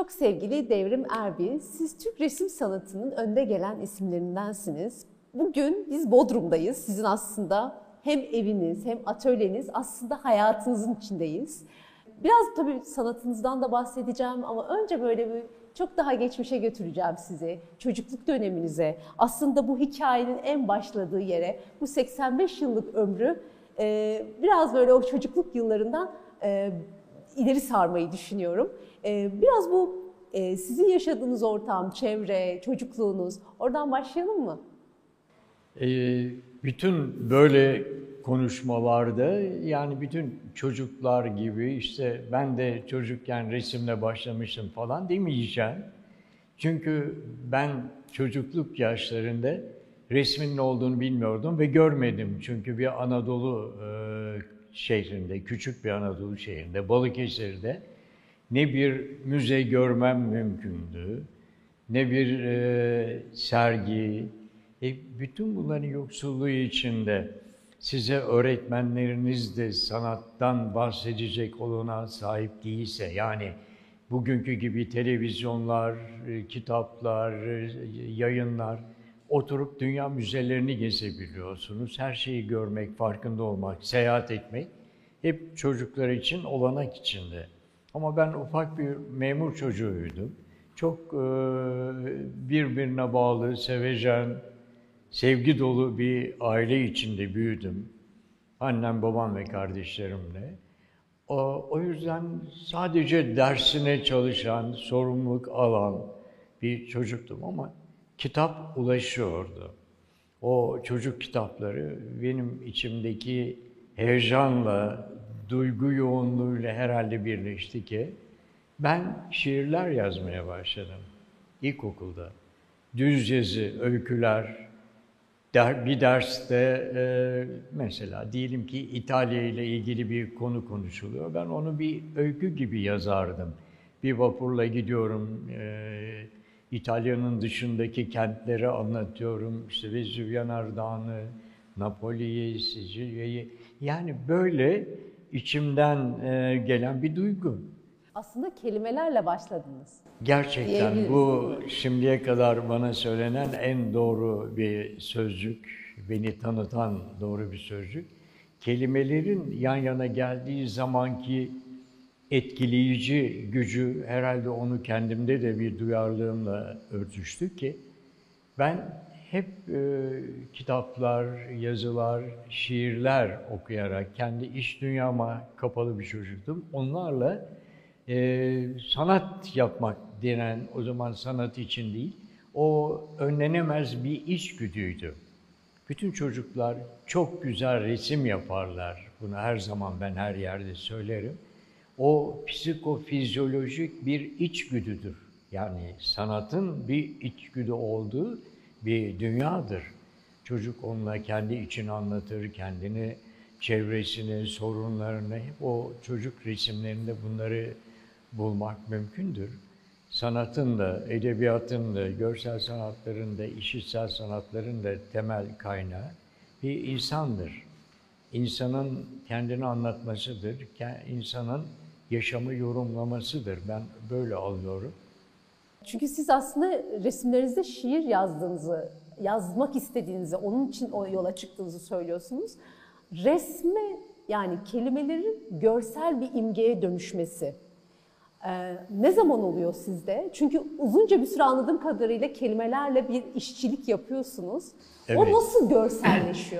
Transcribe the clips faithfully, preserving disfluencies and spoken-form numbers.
Çok sevgili Devrim Erbil, siz Türk resim sanatının önde gelen isimlerindensiniz. Bugün biz Bodrum'dayız. Sizin aslında hem eviniz hem atölyeniz, aslında hayatınızın içindeyiz. Biraz tabii sanatınızdan da bahsedeceğim ama önce böyle bir çok daha geçmişe götüreceğim sizi. Çocukluk döneminize, aslında bu hikayenin en başladığı yere, bu seksen beş yıllık ömrü biraz böyle o çocukluk yıllarından ileri sarmayı düşünüyorum. Biraz bu sizin yaşadığınız ortam, çevre, çocukluğunuz, oradan başlayalım mı? Ee, bütün böyle konuşmalarda, yani bütün çocuklar gibi işte ben de çocukken resimle başlamışım falan demeyeceğim. Çünkü ben çocukluk yaşlarında resmin ne olduğunu bilmiyordum ve görmedim. Çünkü bir Anadolu e, şehrinde, küçük bir Anadolu şehrinde, Balıkesir'de ne bir müze görmem mümkündü, ne bir e, sergi. E, bütün bunların yoksulluğu içinde size öğretmenleriniz de sanattan bahsedecek olana sahip değilse, yani bugünkü gibi televizyonlar, e, kitaplar, e, yayınlar, oturup dünya müzelerini gezebiliyorsunuz. Her şeyi görmek, farkında olmak, seyahat etmek hep çocuklar için olanak içinde. Ama ben ufak bir memur çocuğuydum. Çok e, birbirine bağlı, sevecen, sevgi dolu bir aile içinde büyüdüm. Annem, babam ve kardeşlerimle. O, o yüzden sadece dersine çalışan, sorumluluk alan bir çocuktum ama kitap ulaşıyordu. O çocuk kitapları benim içimdeki heyecanla, duygu yoğunluğuyla herhalde birleşti ki ben şiirler yazmaya başladım ilkokulda. Düz yazı, öyküler, bir derste e, mesela diyelim ki İtalya ile ilgili bir konu konuşuluyor. Ben onu bir öykü gibi yazardım. Bir vapurla gidiyorum, e, İtalya'nın dışındaki kentleri anlatıyorum. İşte Vesuvio Dağı'nı, Napoli'yi, Sicilya'yı. Yani böyle içimden e, gelen bir duygu. Aslında kelimelerle başladınız. Gerçekten bu şimdiye kadar bana söylenen en doğru bir sözcük, beni tanıtan doğru bir sözcük. Kelimelerin yan yana geldiği zamanki etkileyici gücü herhalde onu kendimde de bir duyarlılığımla örtüştü ki ben hep e, kitaplar, yazılar, şiirler okuyarak kendi iç dünyama kapalı bir çocuktum. Onlarla e, sanat yapmak denen, o zaman sanat için değil, o önlenemez bir içgüdüydü. Bütün çocuklar çok güzel resim yaparlar. Bunu her zaman ben her yerde söylerim. O psikofizyolojik bir içgüdüdür. Yani sanatın bir içgüdü olduğu bir dünyadır. Çocuk onunla kendi içini anlatır, kendini, çevresini, sorunlarını, hep o çocuk resimlerinde bunları bulmak mümkündür. Sanatın da, edebiyatın da, görsel sanatların da, işitsel sanatların da temel kaynağı bir insandır. İnsanın kendini anlatmasıdır, insanın yaşamı yorumlamasıdır. Ben böyle alıyorum. Çünkü siz aslında resimlerinizde şiir yazdığınızı, yazmak istediğinizi, onun için o yola çıktığınızı söylüyorsunuz. Resme, yani kelimelerin görsel bir imgeye dönüşmesi Ee, ne zaman oluyor sizde? Çünkü uzunca bir süre anladığım kadarıyla kelimelerle bir işçilik yapıyorsunuz. Evet. O nasıl görselleşiyor?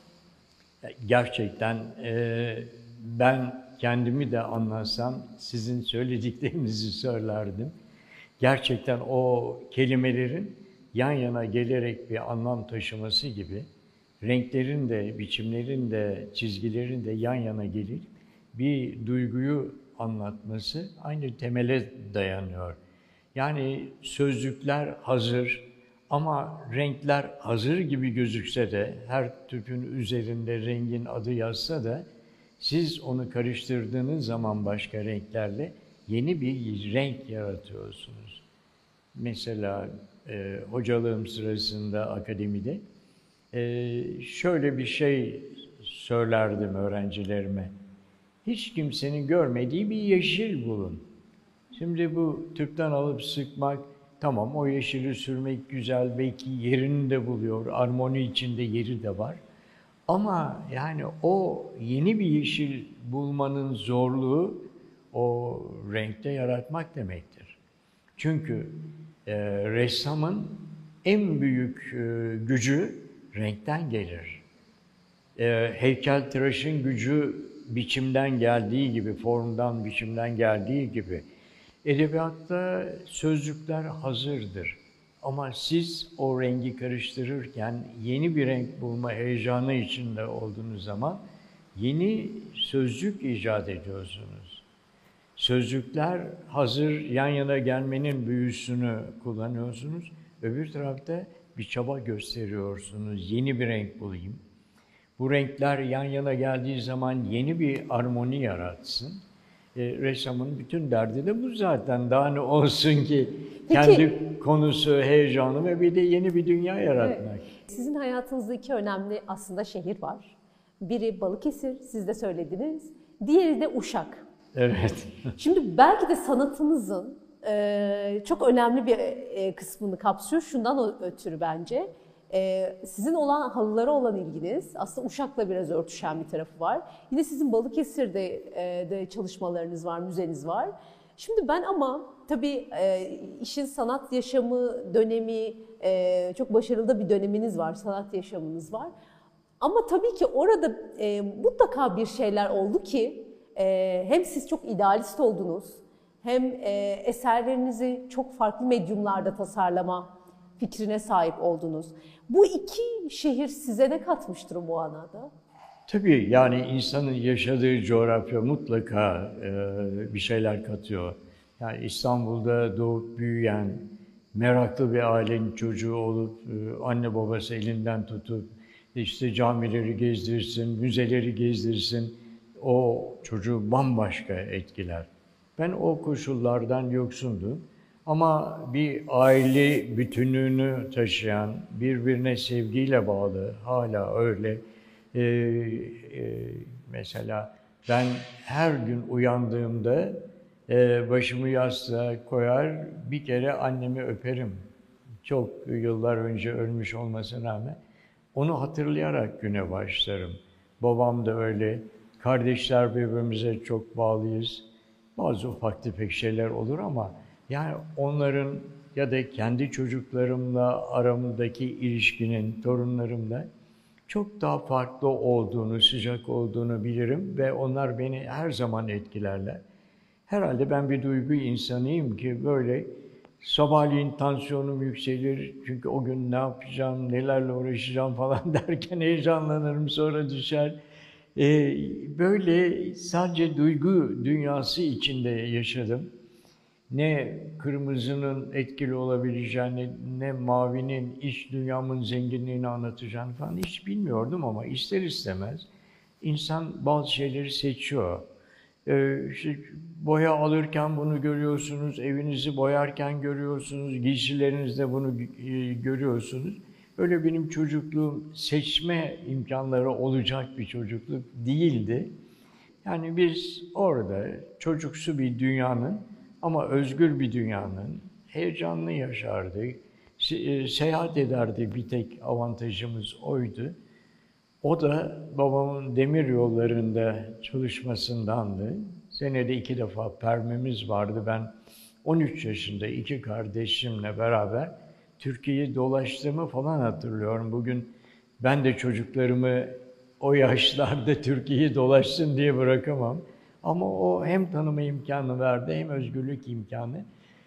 Gerçekten e, ben kendimi de anlatsam sizin söylediklerinizi söylerdim. Gerçekten o kelimelerin yan yana gelerek bir anlam taşıması gibi, renklerin de, biçimlerin de, çizgilerin de yan yana gelip bir duyguyu anlatması aynı temele dayanıyor. Yani sözcükler hazır ama renkler hazır gibi gözükse de, her tüpün üzerinde rengin adı yazsa da, siz onu karıştırdığınız zaman başka renklerle yeni bir renk yaratıyorsunuz. Mesela e, hocalığım sırasında akademide e, şöyle bir şey söylerdim öğrencilerime. Hiç kimsenin görmediği bir yeşil bulun. Şimdi bu tüpten alıp sıkmak, tamam o yeşili sürmek güzel, belki yerini de buluyor, armoni içinde yeri de var. Ama yani o yeni bir yeşil bulmanın zorluğu o renkte yaratmak demektir. Çünkü e, ressamın en büyük e, gücü renkten gelir. E, heykeltıraşın gücü biçimden geldiği gibi, formdan, biçimden geldiği gibi. Edebiyatta sözcükler hazırdır. Ama siz o rengi karıştırırken yeni bir renk bulma heyecanı içinde olduğunuz zaman yeni sözcük icat ediyorsunuz. Sözcükler hazır yan yana gelmenin büyüsünü kullanıyorsunuz. Öbür tarafta bir çaba gösteriyorsunuz. Yeni bir renk bulayım. Bu renkler yan yana geldiği zaman yeni bir armoni yaratsın. E, ressamın bütün derdi de bu zaten. Daha ne olsun ki kendi Peki, konusu, heyecanı ve bir de yeni bir dünya yaratmak. Evet. Sizin hayatınızda iki önemli aslında şehir var. Biri Balıkesir, siz de söylediniz. Diğeri de Uşak. Evet. Şimdi belki de sanatınızın e, çok önemli bir e, kısmını kapsıyor. Şundan ötürü bence. Ee, sizin olan halılara olan ilginiz aslında Uşak'la biraz örtüşen bir tarafı var. Yine sizin Balıkesir'de e, de çalışmalarınız var, müzeniz var. Şimdi ben ama tabii e, işin sanat yaşamı dönemi, e, çok başarılı da bir döneminiz var, sanat yaşamınız var. Ama tabii ki orada e, mutlaka bir şeyler oldu ki e, hem siz çok idealist oldunuz, hem e, eserlerinizi çok farklı medyumlarda tasarlama fikrine sahip oldunuz. Bu iki şehir size ne katmıştır bu anada? Tabii yani insanın yaşadığı coğrafya mutlaka e, bir şeyler katıyor. Yani İstanbul'da doğup büyüyen, meraklı bir ailenin çocuğu olup, e, anne babası elinden tutup, işte camileri gezdirsin, müzeleri gezdirsin, o çocuğu bambaşka etkiler. Ben o koşullardan yoksundum. Ama bir aile bütünlüğünü taşıyan, birbirine sevgiyle bağlı, hala öyle. Ee, e, mesela ben her gün uyandığımda e, başımı yastığa koyar, bir kere annemi öperim. Çok yıllar önce ölmüş olmasına rağmen. Onu hatırlayarak güne başlarım. Babam da öyle. Kardeşler birbirimize çok bağlıyız. Bazı ufak tefek şeyler olur ama yani onların ya da kendi çocuklarımla aramdaki ilişkinin, torunlarımla çok daha farklı olduğunu, sıcak olduğunu bilirim ve onlar beni her zaman etkilerler. Herhalde ben bir duygu insanıyım ki böyle sabahleyin tansiyonum yükselir çünkü o gün ne yapacağım, nelerle uğraşacağım falan derken heyecanlanırım, sonra düşer. Ee, böyle sadece duygu dünyası içinde yaşadım. Ne kırmızının etkili olabileceğini, ne mavinin iç dünyamın zenginliğini anlatacağını falan hiç bilmiyordum ama ister istemez insan bazı şeyleri seçiyor. Ee, işte boya alırken bunu görüyorsunuz, evinizi boyarken görüyorsunuz, giysilerinizde bunu e, görüyorsunuz. Öyle benim çocukluğum seçme imkanları olacak bir çocukluk değildi. Yani biz orada çocuksu bir dünyanın ama özgür bir dünyanın heyecanlı yaşardık, se- seyahat ederdik, bir tek avantajımız oydu. O da babamın demir yollarında çalışmasındandı. Senede iki defa permemiz vardı. Ben on üç yaşında iki kardeşimle beraber Türkiye'yi dolaştığımı falan hatırlıyorum. Bugün ben de çocuklarımı o yaşlarda Türkiye'yi dolaşsın diye bırakamam. Ama o hem tanıma imkanı verdi hem özgürlük imkanı.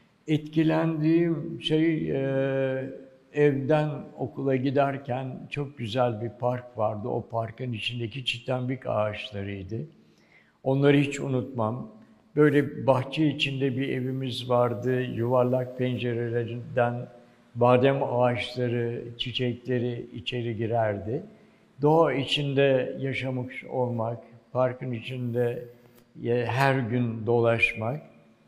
Etkilendiğim şey e, evden okula giderken çok güzel bir park vardı. O parkın içindeki çitlenbik ağaçlarıydı. Onları hiç unutmam. Böyle bahçe içinde bir evimiz vardı. Yuvarlak pencerelerinden badem ağaçları, çiçekleri içeri girerdi. Doğa içinde yaşamış olmak, parkın içinde her gün dolaşmak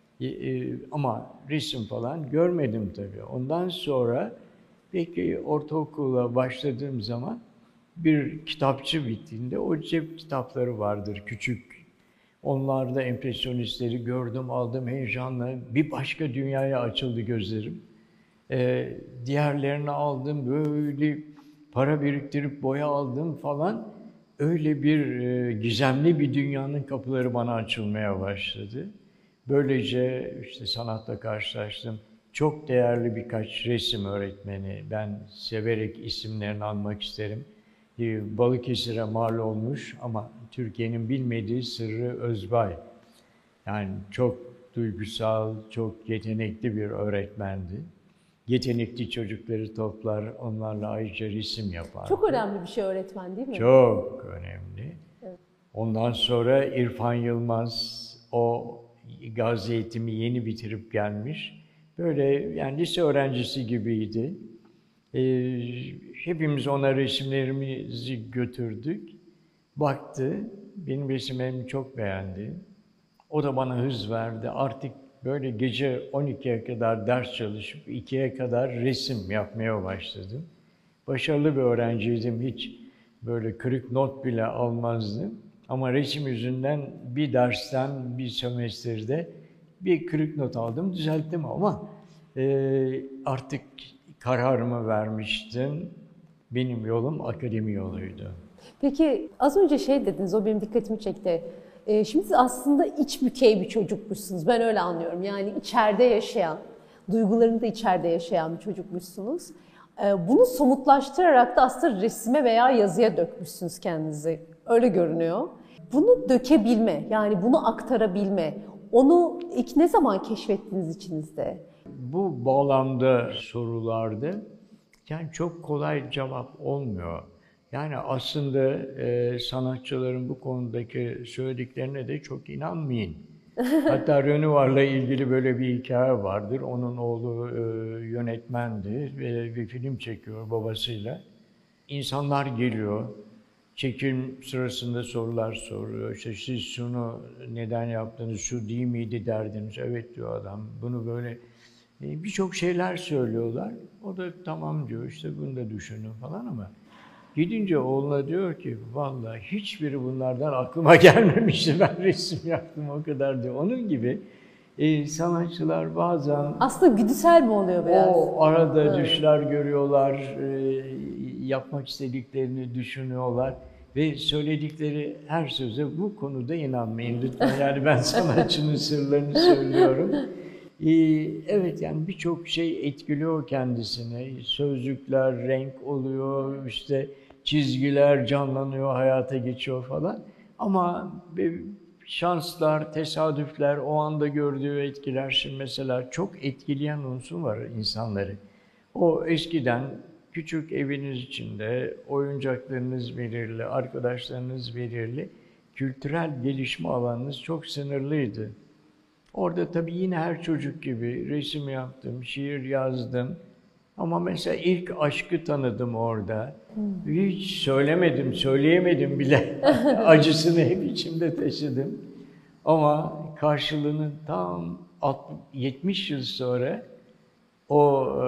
ama resim falan görmedim tabii. Ondan sonra peki ortaokula başladığım zaman bir kitapçı bittiğinde o cep kitapları vardır küçük. Onlarda empresyonistleri gördüm, aldım heyecanla. Bir başka dünyaya açıldı gözlerim. Ee, diğerlerini aldım, böyle para biriktirip boya aldım falan. Öyle bir e, gizemli bir dünyanın kapıları bana açılmaya başladı. Böylece işte sanatla karşılaştım. Çok değerli birkaç resim öğretmeni, ben severek isimlerini almak isterim. Balıkesir'e mal olmuş ama Türkiye'nin bilmediği Sırrı Özbay. Yani çok duygusal, çok yetenekli bir öğretmendi. Yetenekli çocukları toplar, onlarla ayrıca resim yapardı. Çok önemli bir şey öğretmen değil mi? Çok önemli. Evet. Ondan sonra İrfan Yılmaz, o Gazi eğitimi yeni bitirip gelmiş. Böyle yani lise öğrencisi gibiydi. Ee, hepimiz ona resimlerimizi götürdük. Baktı, benim resimlerimi çok beğendi. O da bana hız verdi. Artık böyle gece on ikiye kadar ders çalışıp ikiye kadar resim yapmaya başladım. Başarılı bir öğrenciydim. Hiç böyle kırık not bile almazdım. Ama resim yüzünden bir dersten, bir sömestrde bir kırık not aldım, düzelttim ama e, artık kararımı vermiştim. Benim yolum akademi yoluydu. Peki az önce şey dediniz, o benim dikkatimi çekti. Ee, şimdi siz aslında iç bükey bir çocukmuşsunuz. Ben öyle anlıyorum. Yani içeride yaşayan, duygularını da içeride yaşayan bir çocukmuşsunuz. Ee, bunu somutlaştırarak da aslında resime veya yazıya dökmüşsünüz kendinizi. Öyle görünüyor. Bunu dökebilme, yani bunu aktarabilme, onu ilk ne zaman keşfettiniz içinizde? Bu bağlamda sorularda yani çok kolay cevap olmuyor. Yani aslında e, sanatçıların bu konudaki söylediklerine de çok inanmayın. Hatta Renoir'la ilgili böyle bir hikaye vardır. Onun oğlu e, yönetmendi ve bir film çekiyor babasıyla. İnsanlar geliyor, çekim sırasında sorular soruyor. İşte siz şunu neden yaptınız, şu değil miydi derdiniz? Evet diyor adam. Bunu böyle e, birçok şeyler söylüyorlar. O da tamam diyor, işte bunu da düşünün falan ama gidince oğluna diyor ki, vallahi hiçbiri bunlardan aklıma gelmemişti, ben resim yaptım o kadar diyor. Onun gibi e, sanatçılar bazen Aslında güdüsel mi oluyor biraz? o arada Evet. düşler görüyorlar, e, yapmak istediklerini düşünüyorlar ve söyledikleri her söze bu konuda inanmayın lütfen. Yani ben sanatçının sırlarını söylüyorum. Ee, evet yani birçok şey etkiliyor kendisini. Sözcükler renk oluyor, işte çizgiler canlanıyor, hayata geçiyor falan. Ama şanslar, tesadüfler, o anda gördüğü etkiler, şimdi mesela çok etkileyen unsur var insanları. O eskiden küçük eviniz içinde oyuncaklarınız belirli, arkadaşlarınız belirli, kültürel gelişme alanınız çok sınırlıydı. Orada tabii yine her çocuk gibi resim yaptım, şiir yazdım. Ama mesela ilk aşkı tanıdım orada. Hmm. Hiç söylemedim, söyleyemedim bile. Acısını hep içimde taşıdım. Ama karşılığını tam yetmiş yıl sonra o e,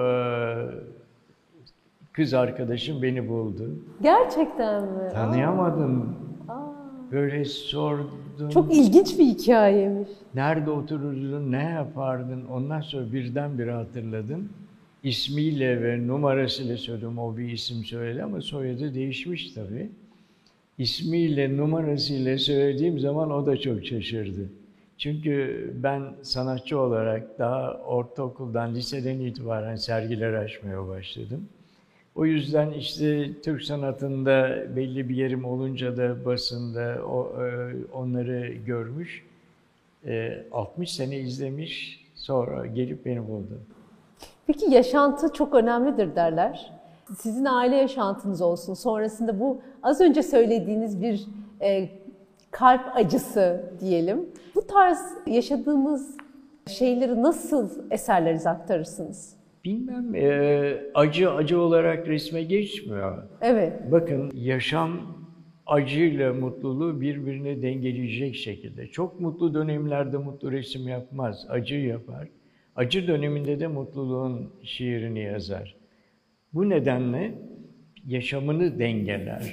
kız arkadaşım beni buldu. Gerçekten mi? Tanıyamadım. Aa. Böyle sordum. Çok ilginç bir hikayeymiş. Nerede otururdun, ne yapardın? Ondan sonra birdenbire hatırladım. İsmiyle ve numarasıyla söyledim. O bir isim söyledi ama soyadı değişmiş tabii. İsmiyle, numarasıyla söylediğim zaman o da çok şaşırdı. Çünkü ben sanatçı olarak daha ortaokuldan, liseden itibaren sergiler açmaya başladım. O yüzden işte Türk sanatında belli bir yerim olunca da basında o, onları görmüş, altmış sene izlemiş, sonra gelip beni buldu. Peki yaşantı çok önemlidir derler. Sizin aile yaşantınız olsun, sonrasında bu az önce söylediğiniz bir e, kalp acısı diyelim. Bu tarz yaşadığımız şeyleri nasıl eserlerinize aktarırsınız? Bilmem, e, acı acı olarak resme geçmiyor. Evet. Bakın, yaşam acıyla mutluluğu birbirine dengeleyecek şekilde. Çok mutlu dönemlerde mutlu resim yapmaz, acı yapar. Acı döneminde de mutluluğun şiirini yazar. Bu nedenle yaşamını dengeler.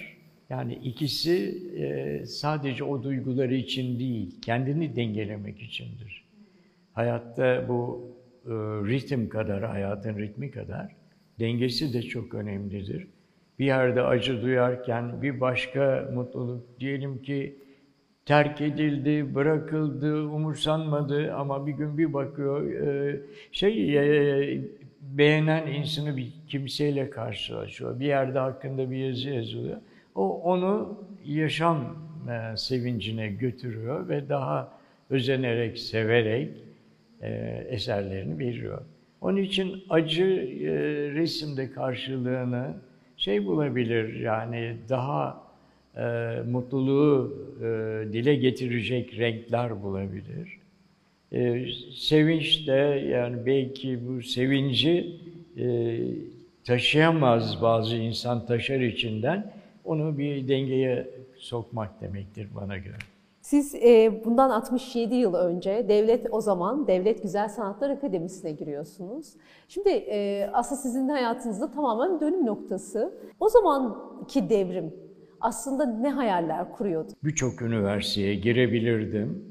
Yani ikisi e, sadece o duyguları için değil, kendini dengelemek içindir. Hayatta bu e, ritim kadar, hayatın ritmi kadar dengesi de çok önemlidir. Bir yerde acı duyarken bir başka mutluluk, diyelim ki terk edildi, bırakıldı, umursanmadı ama bir gün bir bakıyor, e, şey e, beğenen insanı bir kimseyle karşılaşıyor. Bir yerde hakkında bir yazı yazılıyor. O onu yaşam e, sevincine götürüyor ve daha özenerek, severek e, eserlerini veriyor. Onun için acı e, resimde karşılığını şey bulabilir, yani daha e, mutluluğu e, dile getirecek renkler bulabilir. E, sevinç de, yani belki bu sevinci e, taşıyamaz bazı insan, taşır içinden. Onu bir dengeye sokmak demektir bana göre. Siz e, bundan altmış yedi yıl önce devlet o zaman Devlet Güzel Sanatlar Akademisi'ne giriyorsunuz. Şimdi e, aslında sizin hayatınızda tamamen dönüm noktası. O zamanki devrim aslında ne hayaller kuruyordu? Birçok üniversiteye girebilirdim.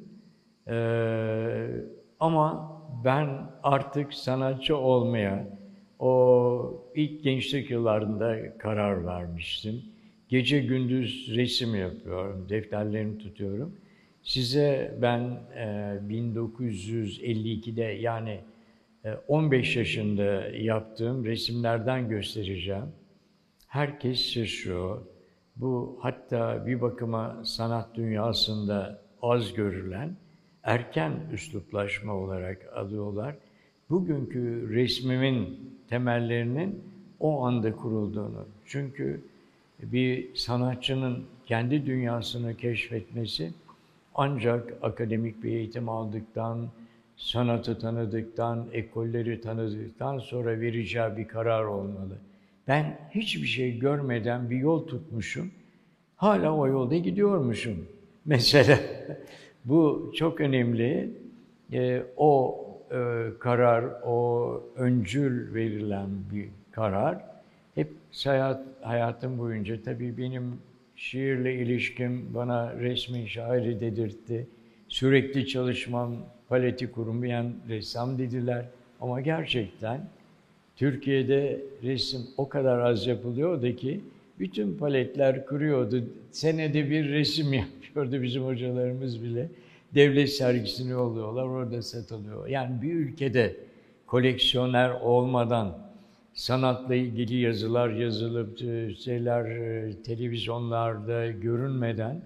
Ee, ama ben artık sanatçı olmaya o ilk gençlik yıllarında karar vermiştim. Gece gündüz resim yapıyorum, defterlerimi tutuyorum. Size ben e, bin dokuz yüz elli ikide, yani e, on beş yaşında yaptığım resimlerden göstereceğim. Herkes şaşıyor. Bu hatta bir bakıma sanat dünyasında az görülen erken üsluplaşma olarak alıyorlar. Bugünkü resmimin temellerinin o anda kurulduğunu. Çünkü bir sanatçının kendi dünyasını keşfetmesi ancak akademik bir eğitim aldıktan, sanatı tanıdıktan, ekolleri tanıdıktan sonra vereceği bir karar olmalı. Ben hiçbir şey görmeden bir yol tutmuşum, hala o yolda gidiyormuşum mesela. Bu çok önemli. E, o e, karar, o öncül verilen bir karar. Hep hayat, hayatım boyunca tabii benim şiirle ilişkim bana resmin şairi dedirtti. Sürekli çalışmam, paleti kurumayan ressam dediler. Ama gerçekten Türkiye'de resim o kadar az yapılıyordu ki bütün paletler kuruyordu. Senede bir resim yapıyordu bizim hocalarımız bile. Devlet sergisini yolluyorlar, orada satılıyor. Yani bir ülkede koleksiyoner olmadan sanatla ilgili yazılar yazılıp şeyler televizyonlarda görünmeden,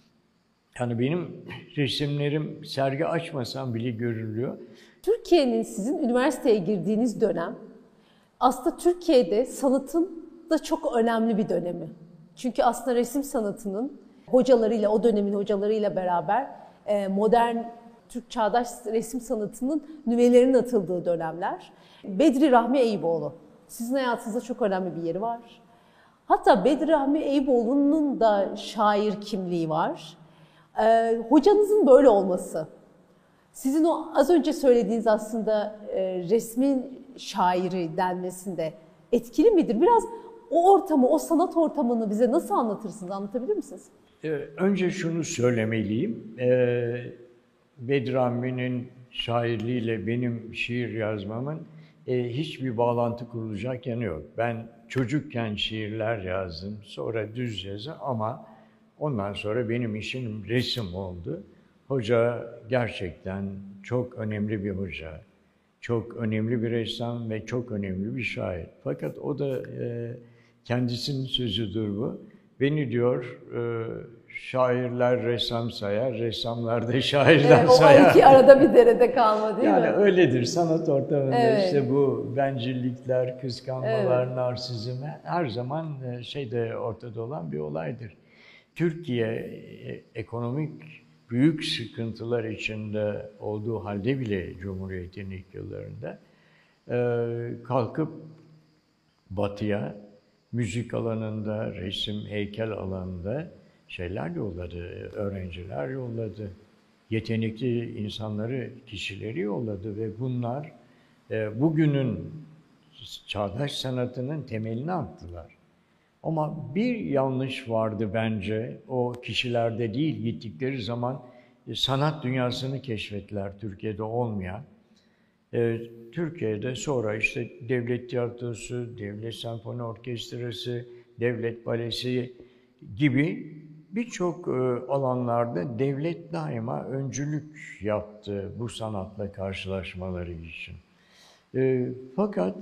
yani benim resimlerim sergi açmasam bile görülüyor. Türkiye'nin sizin üniversiteye girdiğiniz dönem aslında Türkiye'de sanatın da çok önemli bir dönemi. Çünkü aslında resim sanatının hocalarıyla, o dönemin hocalarıyla beraber modern Türk çağdaş resim sanatının nüvelerinin atıldığı dönemler. Bedri Rahmi Eyüboğlu, sizin hayatınızda çok önemli bir yeri var. Hatta Bedri Rahmi Eyüboğlu'nun da şair kimliği var. Ee, hocanızın böyle olması, sizin o az önce söylediğiniz aslında e, resmin şairi denmesinde etkili midir? Biraz o ortamı, o sanat ortamını bize nasıl anlatırsınız, anlatabilir misiniz? Ee, önce şunu söylemeliyim. Ee, Bedri Rahmi'nin şairliğiyle benim şiir yazmamın e, hiçbir bağlantı kurulacak yanı yok. Ben çocukken şiirler yazdım, sonra düz yazı, ama ondan sonra benim işim resim oldu. Hoca gerçekten çok önemli bir hoca, çok önemli bir ressam ve çok önemli bir şair. Fakat o da e, kendisinin sözüdür bu. Beni diyor, e, şairler ressam sayar, ressamlar da şairler evet, o sayar. O iki arada bir derede kalma değil yani mi? Yani öyledir sanat ortamında, evet. işte bu bencillikler, kıskanmalar, evet. narsizm her zaman şeyde ortada olan bir olaydır. Türkiye ekonomik büyük sıkıntılar içinde olduğu halde bile Cumhuriyet'in ilk yıllarında kalkıp Batı'ya müzik alanında, resim, heykel alanında şeyler yolladı, öğrenciler yolladı. Yetenekli insanları, kişileri yolladı ve bunlar bugünün çağdaş sanatının temelini attılar. Ama bir yanlış vardı bence, o kişilerde değil, gittikleri zaman sanat dünyasını keşfettiler Türkiye'de olmayan. Ee, Türkiye'de sonra işte devlet tiyatrosu, devlet senfoni orkestrası, devlet balesi gibi birçok e, alanlarda devlet daima öncülük yaptı bu sanatla karşılaşmaları için. E, fakat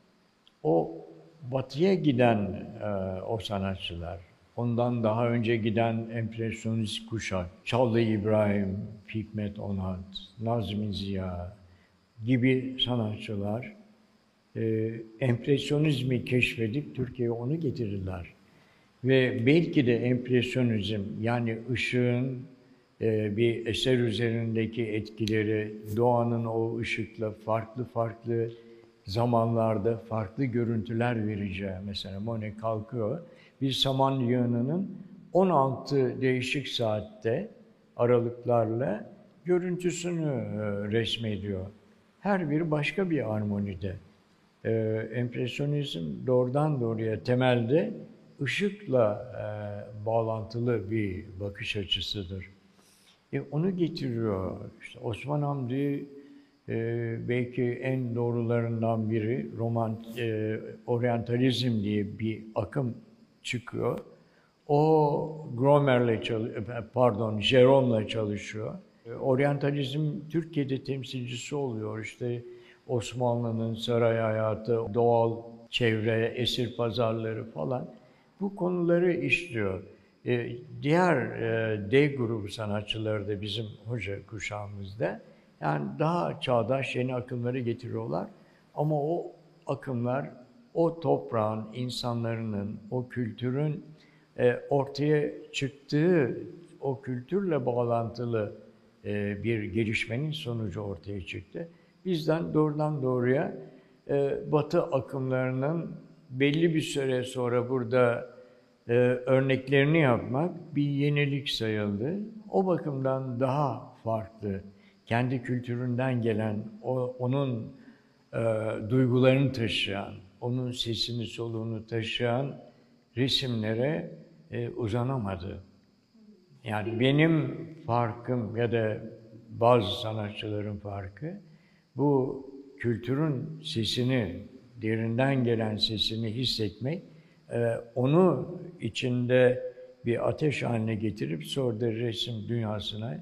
o batıya giden e, o sanatçılar, ondan daha önce giden empresyonist kuşak, Çallı İbrahim, Fikret Onat, Nazmi Ziya gibi sanatçılar e, empresyonizmi keşfedip Türkiye'ye onu getirdiler. Ve belki de empresyonizm, yani ışığın e, bir eser üzerindeki etkileri, doğanın o ışıkla farklı farklı zamanlarda farklı görüntüler vereceği, mesela Monet kalkıyor, bir saman yığınının on altı değişik saatte aralıklarla görüntüsünü e, resmediyor. Her biri başka bir armonide. E, empresyonizm doğrudan doğruya temelde ışıkla e, bağlantılı bir bakış açısıdır. E, onu getiriyor. İşte Osman Hamdi e, belki en doğrularından biri, romant, e, oryantalizm diye bir akım çıkıyor. O Gromer'le çalışıyor, pardon, Jérôme'la çalışıyor. E, oryantalizm Türkiye'de temsilcisi oluyor. İşte Osmanlı'nın saray hayatı, doğal çevre, esir pazarları falan. Bu konuları işliyor. Ee, diğer e, D grubu sanatçıları da bizim hoca kuşağımızda yani daha çağdaş yeni akımları getiriyorlar. Ama o akımlar o toprağın, insanların, o kültürün e, ortaya çıktığı, o kültürle bağlantılı e, bir gelişmenin sonucu ortaya çıktı. Bizden doğrudan doğruya e, Batı akımlarının belli bir süre sonra burada e, örneklerini yapmak bir yenilik sayıldı. O bakımdan daha farklı, kendi kültüründen gelen, o, onun e, duygularını taşıyan, onun sesini soluğunu taşıyan resimlere e, uzanamadı. Yani benim farkım ya da bazı sanatçıların farkı, bu kültürün sesini, derinden gelen sesini hissetmek, onu içinde bir ateş haline getirip sonra da resim dünyasına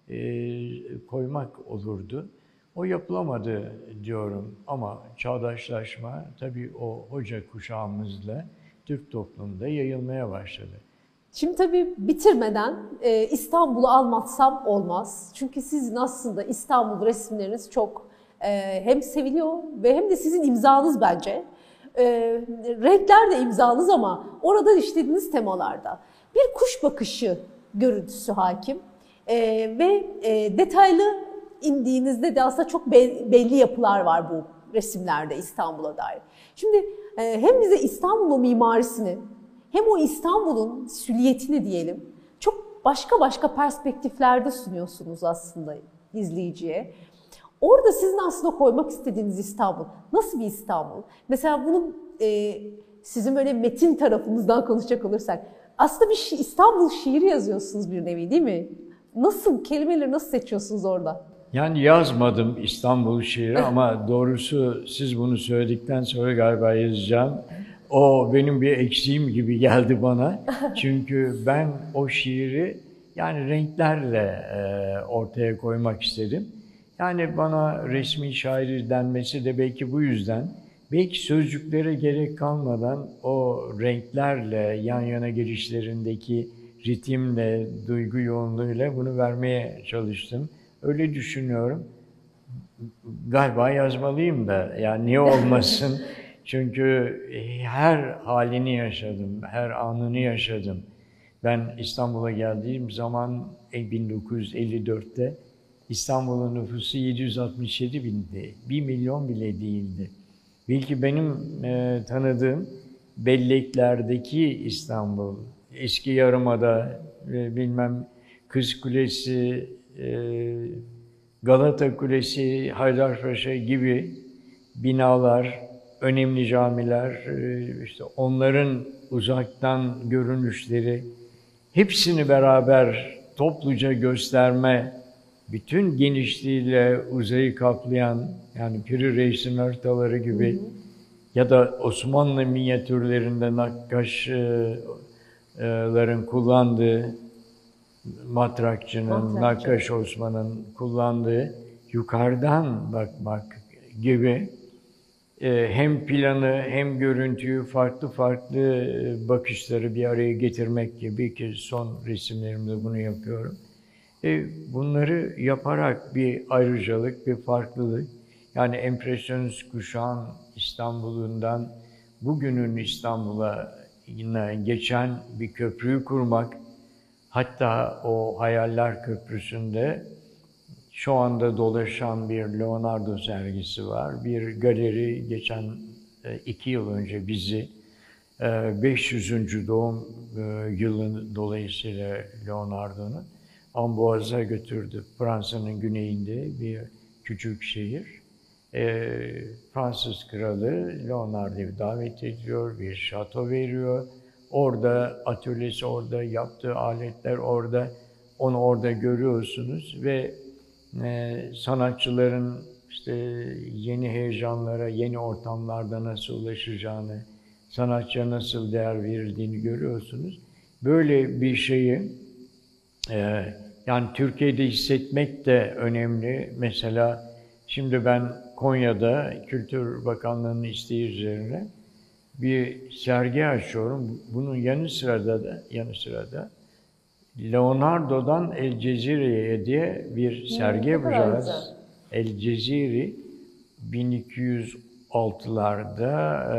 koymak olurdu. O yapılamadı diyorum ama çağdaşlaşma tabii o hoca kuşağımızla Türk toplumunda yayılmaya başladı. Şimdi tabii bitirmeden e, İstanbul'u anlatsam olmaz. Çünkü sizin aslında İstanbul resimleriniz çok e, hem seviliyor ve hem de sizin imzanız bence. E, renkler de imzanız ama orada işlediğiniz temalarda bir kuş bakışı görüntüsü hakim. E, ve e, detaylı indiğinizde de aslında çok be- belli yapılar var bu resimlerde İstanbul'a dair. Şimdi e, hem bize İstanbul'un mimarisini hem o İstanbul'un süliyetini diyelim çok başka başka perspektiflerde sunuyorsunuz aslında izleyiciye. Orada sizin aslında koymak istediğiniz İstanbul nasıl bir İstanbul? Mesela bunun e, sizin böyle metin tarafınızdan konuşacak olursak aslında bir şi- İstanbul şiiri yazıyorsunuz bir nevi değil mi? Nasıl, kelimeleri nasıl seçiyorsunuz orada? Yani yazmadım İstanbul şiiri ama doğrusu siz bunu söyledikten sonra galiba yazacağım. O benim bir eksiğim gibi geldi bana. Çünkü ben o şiiri yani renklerle e, ortaya koymak istedim. Yani bana resmi şair denmesi de belki bu yüzden. Belki sözcüklere gerek kalmadan o renklerle, yan yana gelişlerindeki ritimle, duygu yoğunluğuyla bunu vermeye çalıştım. Öyle düşünüyorum. Galiba yazmalıyım da, yani niye olmasın? Çünkü her halini yaşadım, her anını yaşadım. Ben İstanbul'a geldiğim zaman bin dokuz yüz elli dörtte İstanbul'un nüfusu yedi yüz altmış yedi bindi. Bir milyon bile değildi. Belki benim e, tanıdığım belleklerdeki İstanbul, eski Yarımada, e, bilmem Kız Kulesi, e, Galata Kulesi, Haydarpaşa gibi binalar, önemli camiler, e, işte onların uzaktan görünüşleri, hepsini beraber topluca gösterme, bütün genişliğiyle uzayı kaplayan, yani Piri Reis'in haritaları gibi, hı hı, ya da Osmanlı minyatürlerinde nakkaşların kullandığı, matrakçının, Matrakçı. Nakkaş Osman'ın kullandığı yukarıdan bakmak gibi hem planı hem görüntüyü farklı farklı bakışları bir araya getirmek gibi, ki son resimlerimde bunu yapıyorum. Bunları yaparak bir ayrıcalık, bir farklılık, yani empresyonist kuşağın İstanbul'undan bugünün İstanbul'a yine geçen bir köprüyü kurmak, hatta o Hayaller Köprüsü'nde şu anda dolaşan bir Leonardo sergisi var. Bir galeri geçen iki yıl önce bizi beş yüzüncü doğum yılı dolayısıyla Leonardo'nun Amboaz'a götürdü. Fransa'nın güneyinde bir küçük şehir. Fransız kralı Leonardo'yu davet ediyor, bir şato veriyor. Orada atölyesi, orada yaptığı aletler orada, onu orada görüyorsunuz ve e, sanatçıların işte yeni heyecanlara, yeni ortamlarda nasıl ulaşacağını, sanatçıya nasıl değer verildiğini görüyorsunuz. Böyle bir şeyi e, yani Türkiye'de hissetmek de önemli. Mesela şimdi ben Konya'da Kültür Bakanlığı'nın isteği üzerine bir sergi açıyorum. Bunun yanı sırada da yanı sırada Leonardo'dan El Cezire'ye diye bir sergi hmm, yapacağız. El Cezire bin iki yüz altılarda e,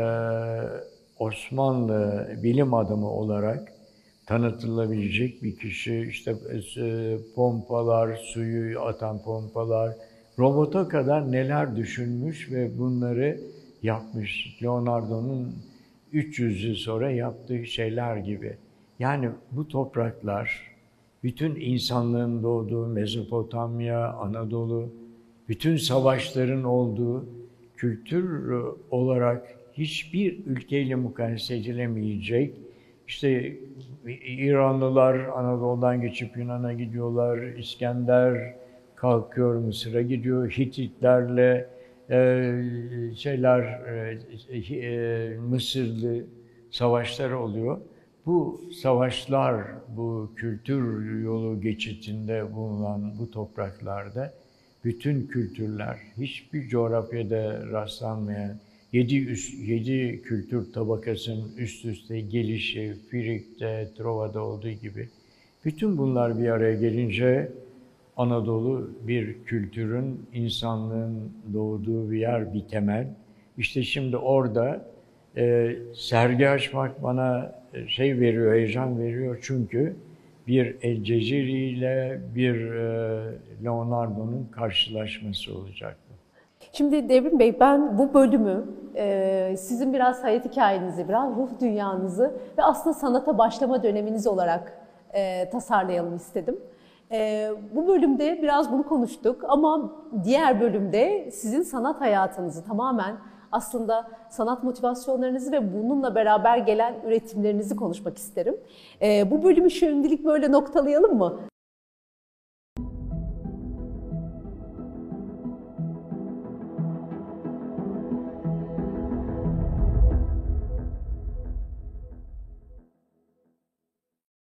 Osmanlı bilim adamı olarak tanıtılabilecek bir kişi. İşte e, pompalar, suyu atan pompalar, robota kadar neler düşünmüş ve bunları yapmış. Leonardo'nun üç yüz yıl sonra yaptığı şeyler gibi. Yani bu topraklar, bütün insanlığın doğduğu Mezopotamya, Anadolu, bütün savaşların olduğu, kültür olarak hiçbir ülkeyle mukayese edilemeyecek. İşte İranlılar Anadolu'dan geçip Yunan'a gidiyorlar, İskender kalkıyor Mısır'a gidiyor, Hititlerle e, şeyler e, e, Mısırlı savaşlar oluyor. Bu savaşlar, bu kültür yolu geçitinde bulunan bu topraklarda bütün kültürler, hiçbir coğrafyada rastlanmayan yedi, üst, yedi kültür tabakasının üst üste gelişi, Frik'te, Trova'da olduğu gibi, bütün bunlar bir araya gelince Anadolu bir kültürün, insanlığın doğduğu bir yer, bir temel. İşte şimdi orada e, sergi açmak bana şey veriyor, heyecan veriyor çünkü bir El Cezire ile bir e, Leonardo'nun karşılaşması olacak. Şimdi Devrim Bey, ben bu bölümü e, sizin biraz hayat hikayenizi, biraz ruh dünyanızı ve aslında sanata başlama döneminiz olarak e, tasarlayalım istedim. E, bu bölümde biraz bunu konuştuk ama diğer bölümde sizin sanat hayatınızı tamamen aslında sanat motivasyonlarınızı ve bununla beraber gelen üretimlerinizi konuşmak isterim. E, bu bölümü şimdilik böyle noktalayalım mı?